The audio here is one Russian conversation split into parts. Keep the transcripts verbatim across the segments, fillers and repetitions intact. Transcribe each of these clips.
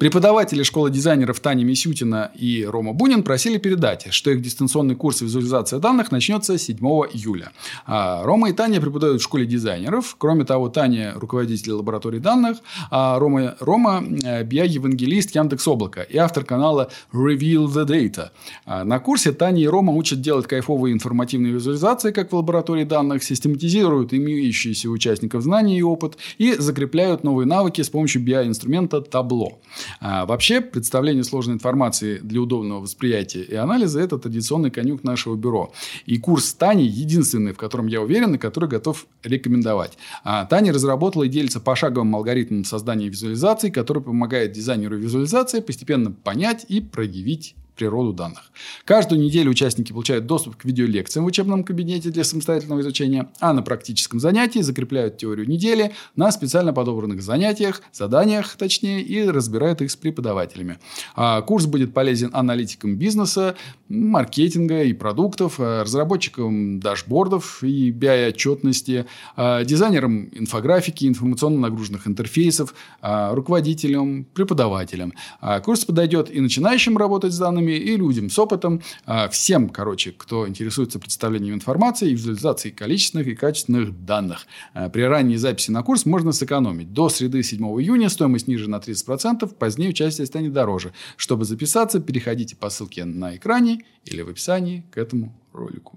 Преподаватели школы дизайнеров Таня Мисютина и Рома Бунин просили передать, что их дистанционный курс визуализации данных начнется седьмого июля. А Рома и Таня преподают в школе дизайнеров. Кроме того, Таня – руководитель лаборатории данных, а Рома, Рома – би ай-евангелист Яндекс.Облака и автор канала Reveal the Data. А на курсе Таня и Рома учат делать кайфовые информативные визуализации, как в лаборатории данных, систематизируют имеющиеся у участников знания и опыт и закрепляют новые навыки с помощью би ай-инструмента Tableau. А вообще, представление сложной информации для удобного восприятия и анализа – это традиционный конюк нашего бюро. И курс Тани единственный, в котором я уверен и который готов рекомендовать. А Таня разработала и делится пошаговым алгоритмом создания визуализаций, который помогает дизайнеру визуализации постепенно понять и проявить природу данных. Каждую неделю участники получают доступ к видеолекциям в учебном кабинете для самостоятельного изучения, а на практическом занятии закрепляют теорию недели на специально подобранных занятиях, заданиях, точнее, и разбирают их с преподавателями. А курс будет полезен аналитикам бизнеса, маркетинга и продуктов, разработчикам дашбордов и би ай-отчетности, дизайнерам инфографики, информационно нагруженных интерфейсов, руководителям, преподавателям. Курс подойдет и начинающим работать с данными, и людям с опытом, всем, короче, кто интересуется представлением информации и визуализацией количественных и качественных данных. При ранней записи на курс можно сэкономить. До среды седьмого июня стоимость ниже на тридцать процентов, позднее участие станет дороже. Чтобы записаться, переходите по ссылке на экране или в описании к этому ролику.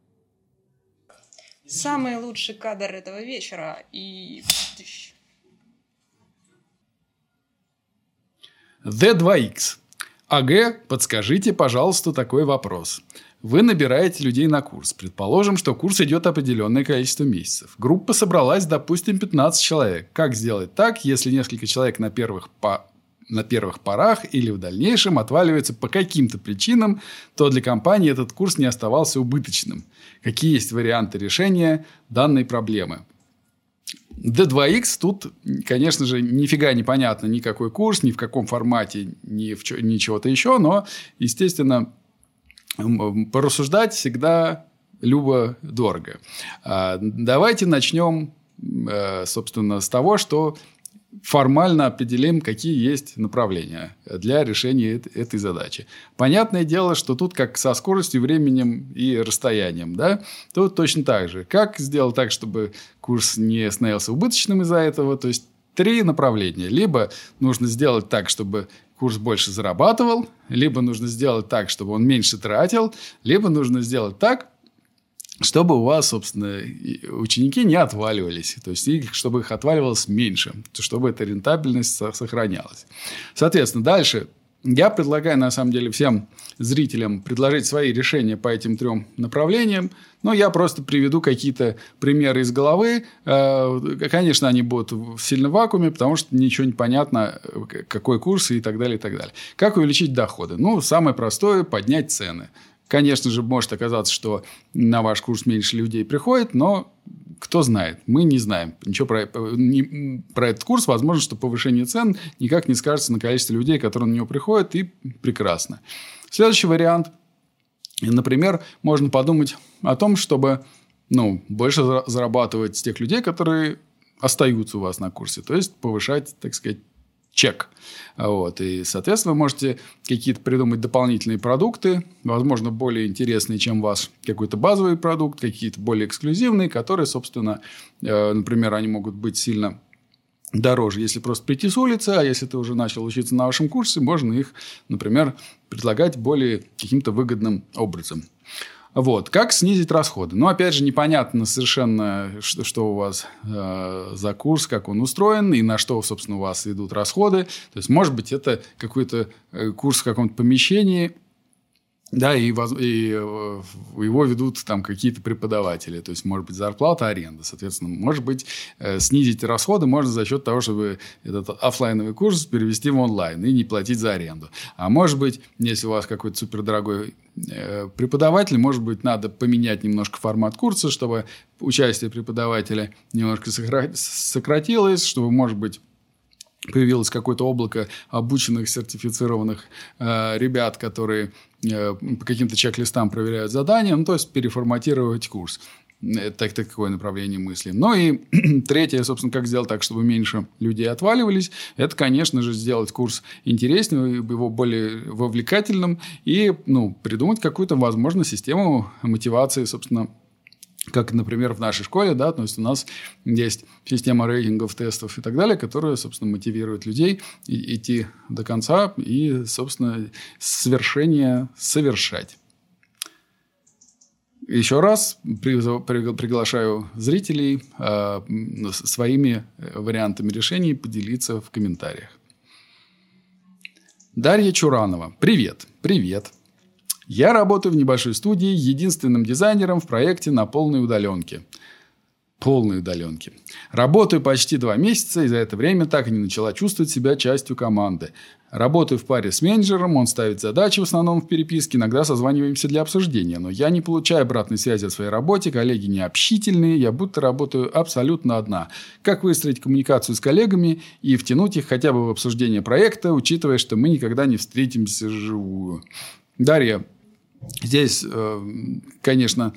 Самый лучший кадр этого вечера и... ди два икс. АГ, подскажите, пожалуйста, такой вопрос. Вы набираете людей на курс. Предположим, что курс идет определенное количество месяцев. Группа собралась, допустим, пятнадцать человек. Как сделать так, если несколько человек на первых, по... на первых порах или в дальнейшем отваливаются по каким-то причинам, то для компании этот курс не оставался убыточным? Какие есть варианты решения данной проблемы? ди два икс тут, конечно же, нифига не понятно, ни какой курс, ни в каком формате, ни, в чё, ни чего-то еще, но, естественно, порассуждать всегда любо-дорого. Давайте начнем, собственно, с того, что формально определим, какие есть направления для решения этой задачи. Понятное дело, что тут как со скоростью, временем и расстоянием. Да? Тут точно так же. Как сделать так, чтобы курс не становился убыточным из-за этого? То есть, три направления. Либо нужно сделать так, чтобы курс больше зарабатывал, либо нужно сделать так, чтобы он меньше тратил, либо нужно сделать так, чтобы у вас, собственно, ученики не отваливались. То есть, чтобы их отваливалось меньше. Чтобы эта рентабельность сохранялась. Соответственно, дальше я предлагаю, на самом деле, всем зрителям предложить свои решения по этим трем направлениям. Но я просто приведу какие-то примеры из головы. Конечно, они будут сильно в вакууме, потому что ничего не понятно, какой курс и так далее, и так далее. Как увеличить доходы? Ну, самое простое – поднять цены. Конечно же, может оказаться, что на ваш курс меньше людей приходит, но кто знает, мы не знаем ничего про, не, про этот курс. Возможно, что повышение цен никак не скажется на количестве людей, которые на него приходят, и прекрасно. Следующий вариант. Например, можно подумать о том, чтобы ну, больше зарабатывать с тех людей, которые остаются у вас на курсе. То есть, повышать, так сказать, чек. Вот. И, соответственно, вы можете какие-то придумать дополнительные продукты, возможно, более интересные, чем ваш какой-то базовый продукт, какие-то более эксклюзивные, которые, собственно, э, например, они могут быть сильно дороже, если просто прийти с улицы, а если ты уже начал учиться на вашем курсе, можно их, например, предлагать более каким-то выгодным образом. Вот. Как снизить расходы? Ну, опять же, непонятно совершенно, что, что у вас э, за курс, как он устроен и на что, собственно, у вас идут расходы. То есть, может быть, это какой-то э, курс в каком-то помещении, да, и, и э, его ведут там какие-то преподаватели. То есть, может быть, зарплата, аренда. Соответственно, может быть, э, снизить расходы можно за счет того, чтобы этот офлайновый курс перевести в онлайн и не платить за аренду. А может быть, если у вас какой-то супердорогой преподаватель, может быть, надо поменять немножко формат курса, чтобы участие преподавателя немножко сократилось, чтобы, может быть, появилось какое-то облако обученных, сертифицированных э, ребят, которые э, по каким-то чек-листам проверяют задания, ну, то есть, переформатировать курс. Так, такое направление мысли. Ну и третье, собственно, как сделать так, чтобы меньше людей отваливались, это, конечно же, сделать курс интереснее, его более вовлекательным и ну, придумать какую-то, возможно, систему мотивации, собственно, как, например, в нашей школе, да, то есть у нас есть система рейтингов, тестов и так далее, которая, собственно, мотивирует людей идти до конца и, собственно, свершение совершать. Еще раз приглашаю зрителей э, своими вариантами решений поделиться в комментариях. Дарья Чуранова. Привет. Привет. Я работаю в небольшой студии единственным дизайнером в проекте на полной удаленке. Полной удаленке. Работаю почти два месяца, и за это время так и не начала чувствовать себя частью команды. Работаю в паре с менеджером, он ставит задачи в основном в переписке, иногда созваниваемся для обсуждения, но я не получаю обратной связи о своей работе, коллеги не общительные, я будто работаю абсолютно одна. Как выстроить коммуникацию с коллегами и втянуть их хотя бы в обсуждение проекта, учитывая, что мы никогда не встретимся вживую? Дарья, здесь, конечно,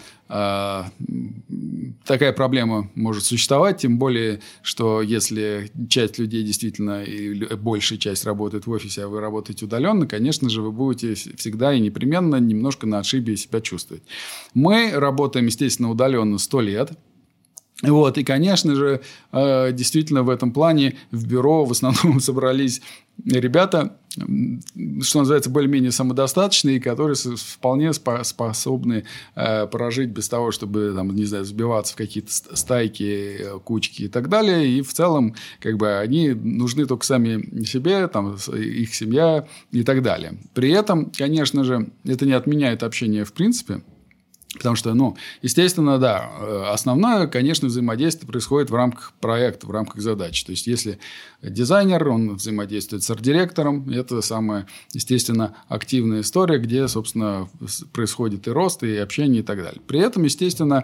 такая проблема может существовать, тем более, что если часть людей действительно, и большая часть работает в офисе, а вы работаете удаленно, конечно же, вы будете всегда и непременно немножко на отшибе себя чувствовать. Мы работаем, естественно, удаленно сто лет. Вот, и, конечно же, действительно в этом плане в бюро в основном собрались ребята, что называется, более-менее самодостаточные, которые вполне способны прожить без того, чтобы, там, не знаю, сбиваться в какие-то стайки, кучки и так далее. И в целом, как бы, они нужны только сами себе, там, их семья и так далее. При этом, конечно же, это не отменяет общение в принципе. Потому что, ну, естественно, да, основное, конечно, взаимодействие происходит в рамках проекта, в рамках задач. То есть, если дизайнер, он взаимодействует с арт-директором, это самая, естественно, активная история, где, собственно, происходит и рост, и общение, и так далее. При этом, естественно,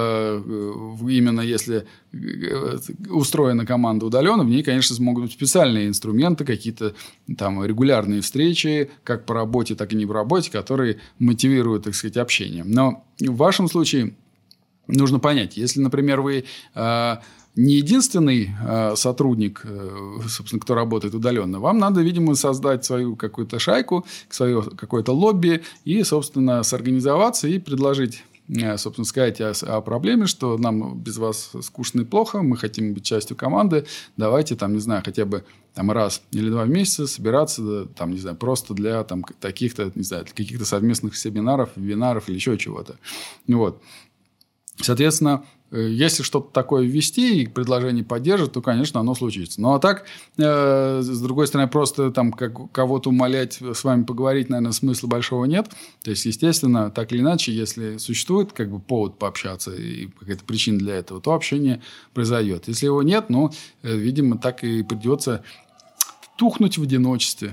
именно если устроена команда удаленно, в ней, конечно, могут быть специальные инструменты, какие-то там регулярные встречи, как по работе, так и не по работе, которые мотивируют, так сказать, общение. Но в вашем случае нужно понять, если, например, вы э, не единственный э, сотрудник, э, собственно, кто работает удаленно, вам надо, видимо, создать свою какую-то шайку, свое какое-то лобби и, собственно, сорганизоваться и предложить, э, собственно, сказать о, о проблеме, что нам без вас скучно и плохо, мы хотим быть частью команды, давайте, там, не знаю, хотя бы там, раз или два в месяц собираться, там, не знаю, просто для там, таких-то, не знаю, каких-то совместных семинаров, вебинаров или еще чего-то. Вот. Соответственно, если что-то такое ввести и предложение поддержит, то, конечно, оно случится. Ну, а так, э, с другой стороны, просто там как, кого-то умолять с вами поговорить, наверное, смысла большого нет. То есть, естественно, так или иначе, если существует как бы повод пообщаться и какая-то причина для этого, то общение произойдет. Если его нет, ну, э, видимо, так и придется тухнуть в одиночестве.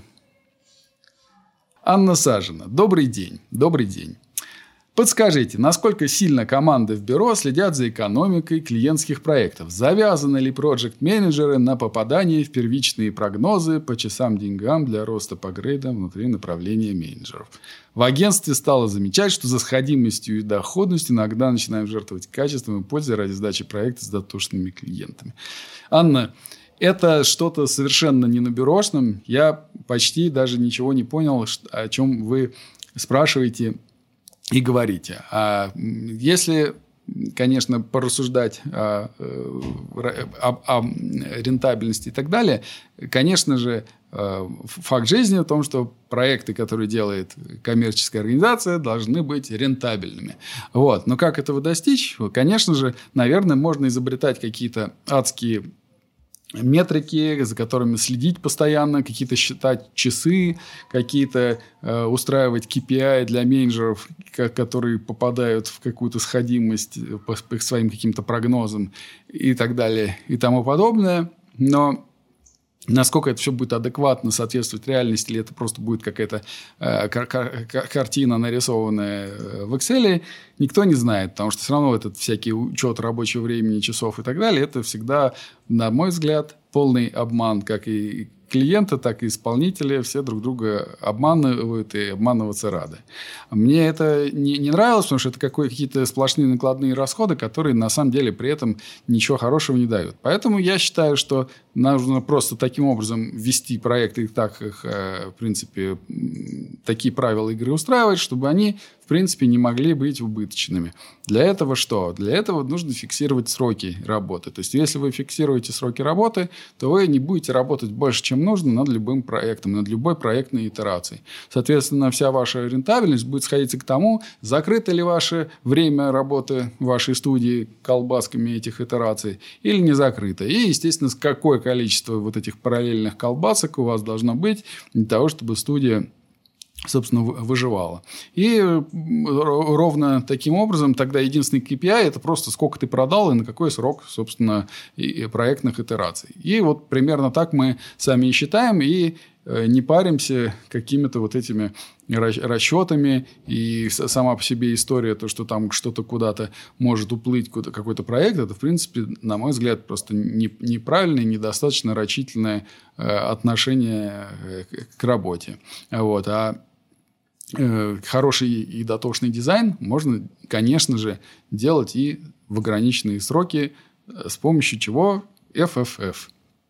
Анна Сажина. Добрый день. Добрый день. Подскажите, насколько сильно команды в бюро следят за экономикой клиентских проектов? Завязаны ли проект-менеджеры на попадание в первичные прогнозы по часам деньгам для роста по грейдам внутри направления менеджеров? В агентстве стало замечать, что за сходимостью и доходностью иногда начинаем жертвовать качеством и пользой ради сдачи проекта с дотошными клиентами. Анна, это что-то совершенно не на бюрошном. Я почти даже ничего не понял, о чем вы спрашиваете и говорите. А если, конечно, порассуждать о, о, о рентабельности и так далее, конечно же, факт жизни в том, что проекты, которые делает коммерческая организация, должны быть рентабельными. Вот. Но как этого достичь? Конечно же, наверное, можно изобретать какие-то адские метрики, за которыми следить постоянно, какие-то считать часы, какие-то э, устраивать кей пи ай для менеджеров, которые попадают в какую-то сходимость по, по своим каким-то прогнозам и так далее и тому подобное. Но насколько это все будет адекватно соответствовать реальности, или это просто будет какая-то э, кар- кар- картина, нарисованная в Excel, никто не знает. Потому что все равно этот всякий учет рабочего времени, часов и так далее, это всегда, на мой взгляд, полный обман, как и клиенты, так и исполнители все друг друга обманывают и обманываться рады. Мне это не, не нравилось, потому что это какие-то сплошные накладные расходы, которые на самом деле при этом ничего хорошего не дают. Поэтому я считаю, что нужно просто таким образом вести проекты и так их, в принципе, такие правила игры устраивать, чтобы они, в принципе, не могли быть убыточными. Для этого что? Для этого нужно фиксировать сроки работы. То есть, если вы фиксируете сроки работы, то вы не будете работать больше, чем нужно над любым проектом, над любой проектной итерацией. Соответственно, вся ваша рентабельность будет сходиться к тому, закрыто ли ваше время работы в вашей студии колбасками этих итераций или не закрыто. И, естественно, какое количество вот этих параллельных колбасок у вас должно быть для того, чтобы студия, собственно, выживала. И ровно таким образом тогда единственный кей пи ай – это просто сколько ты продал и на какой срок, собственно, и проектных итераций. И вот примерно так мы сами и считаем, и не паримся какими-то вот этими расчетами. И сама по себе история, то, что там что-то куда-то может уплыть, какой-то проект, это, в принципе, на мой взгляд, просто неправильное, недостаточно рачительное отношение к работе. Вот. А хороший и дотошный дизайн можно, конечно же, делать и в ограниченные сроки, с помощью чего? эф эф эф.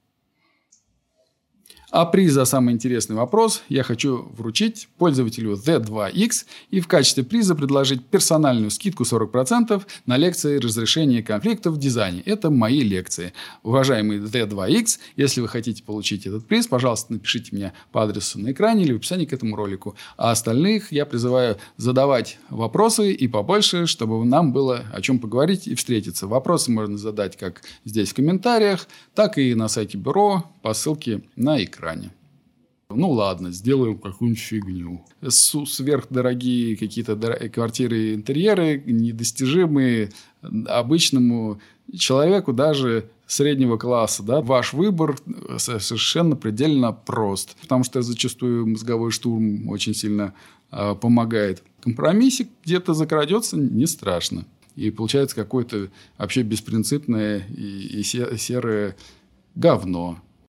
А приз за самый интересный вопрос я хочу вручить пользователю зет два икс и в качестве приза предложить персональную скидку сорок процентов на лекции разрешения конфликтов в дизайне. Это мои лекции. Уважаемый зет два икс, если вы хотите получить этот приз, пожалуйста, напишите мне по адресу на экране или в описании к этому ролику. А остальных я призываю задавать вопросы и побольше, чтобы нам было о чем поговорить и встретиться. Вопросы можно задать как здесь в комментариях, так и на сайте бюро по ссылке на экран. Ну ладно, сделаем какую-нибудь фигню. Сверхдорогие какие-то квартиры, интерьеры, недостижимые обычному человеку, даже среднего класса. Да? Ваш выбор совершенно предельно прост. Потому что зачастую мозговой штурм очень сильно э, помогает. Компромиссик где-то закрадется, не страшно. И получается какое-то вообще беспринципное и, и серое говно.